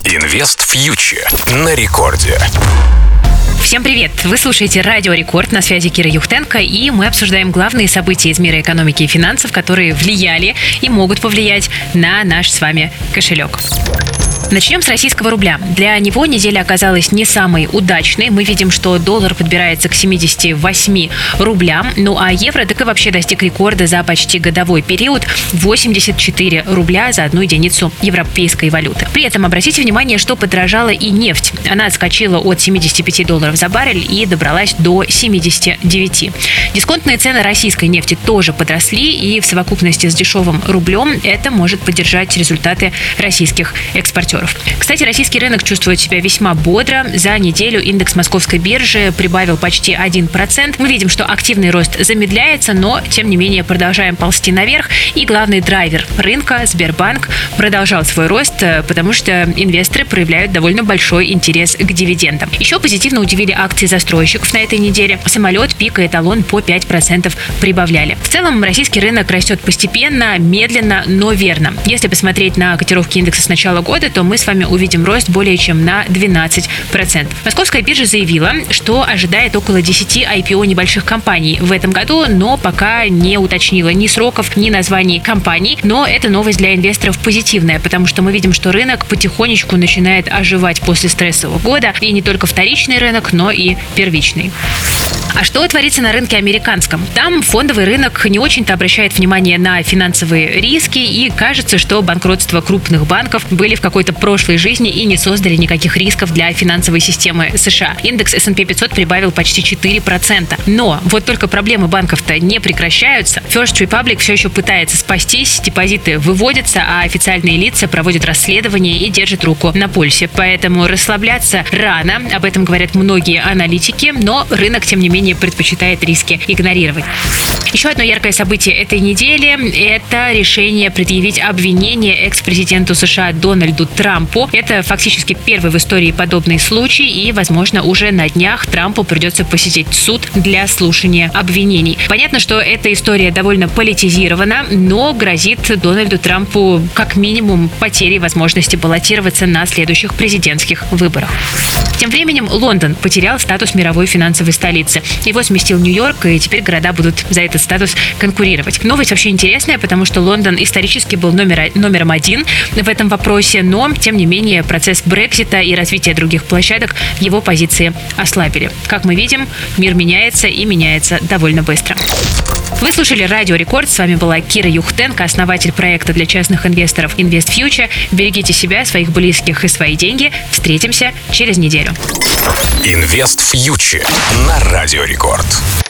Инвест Фьючер на рекорде. Всем привет! Вы слушаете Радио Рекорд, на связи Кира Юхтенко, и мы обсуждаем главные события из мира экономики и финансов, которые влияли и могут повлиять на наш с вами кошелек. Начнем с российского рубля. Для него неделя оказалась не самой удачной. Мы видим, что доллар подбирается к 78 рублям, ну а евро так и вообще достиг рекорда за почти годовой период – 84 рубля за одну единицу европейской валюты. При этом обратите внимание, что подорожала и нефть. Она отскочила от 75 долларов за баррель и добралась до 79. Дисконтные цены российской нефти тоже подросли, и в совокупности с дешевым рублем это может поддержать результаты российских экспортеров. Кстати, российский рынок чувствует себя весьма бодро. За неделю индекс московской биржи прибавил почти 1%. Мы видим, что активный рост замедляется, но, тем не менее, продолжаем ползти наверх. И главный драйвер рынка, Сбербанк, продолжал свой рост, потому что инвесторы проявляют довольно большой интерес к дивидендам. Еще позитивно удивили акции застройщиков на этой неделе. Самолет, Пик и Эталон по 5% прибавляли. В целом, российский рынок растет постепенно, медленно, но верно. Если посмотреть на котировки индекса с начала года, то мы с вами увидим рост более чем на 12%. Московская биржа заявила, что ожидает около 10 IPO небольших компаний в этом году, но пока не уточнила ни сроков, ни названий компаний. Но эта новость для инвесторов позитивная, потому что мы видим, что рынок потихонечку начинает оживать после стрессового года. И не только вторичный рынок, но и первичный. А что творится на рынке американском? Там фондовый рынок не очень-то обращает внимание на финансовые риски, и кажется, что банкротства крупных банков были в какой-то прошлой жизни и не создали никаких рисков для финансовой системы США. Индекс S&P 500 прибавил почти 4%. Но вот только проблемы банков-то не прекращаются. First Republic все еще пытается спастись, депозиты выводятся, а официальные лица проводят расследования и держат руку на пульсе. Поэтому расслабляться рано, об этом говорят многие аналитики, но рынок, тем не менее, предпочитает риски игнорировать. Еще одно яркое событие этой недели – это решение предъявить обвинение экс-президенту США Дональду Трампу. Это фактически первый в истории подобный случай, и, возможно, уже на днях Трампу придется посетить суд для слушания обвинений. Понятно, что эта история довольно политизирована, но грозит Дональду Трампу как минимум потерей возможности баллотироваться на следующих президентских выборах. Тем временем Лондон потерял статус мировой финансовой столицы. Его сместил Нью-Йорк, и теперь города будут за этот статус конкурировать. Новость вообще интересная, потому что Лондон исторически был номером один в этом вопросе, но, тем не менее, процесс Брексита и развитие других площадок его позиции ослабили. Как мы видим, мир меняется и меняется довольно быстро. Вы слушали Радио Рекорд. С вами была Кира Юхтенко, основатель проекта для частных инвесторов Инвест Фьючер. Берегите себя, своих близких и свои деньги. Встретимся через неделю. Инвест Фьючер на Радио Рекорд.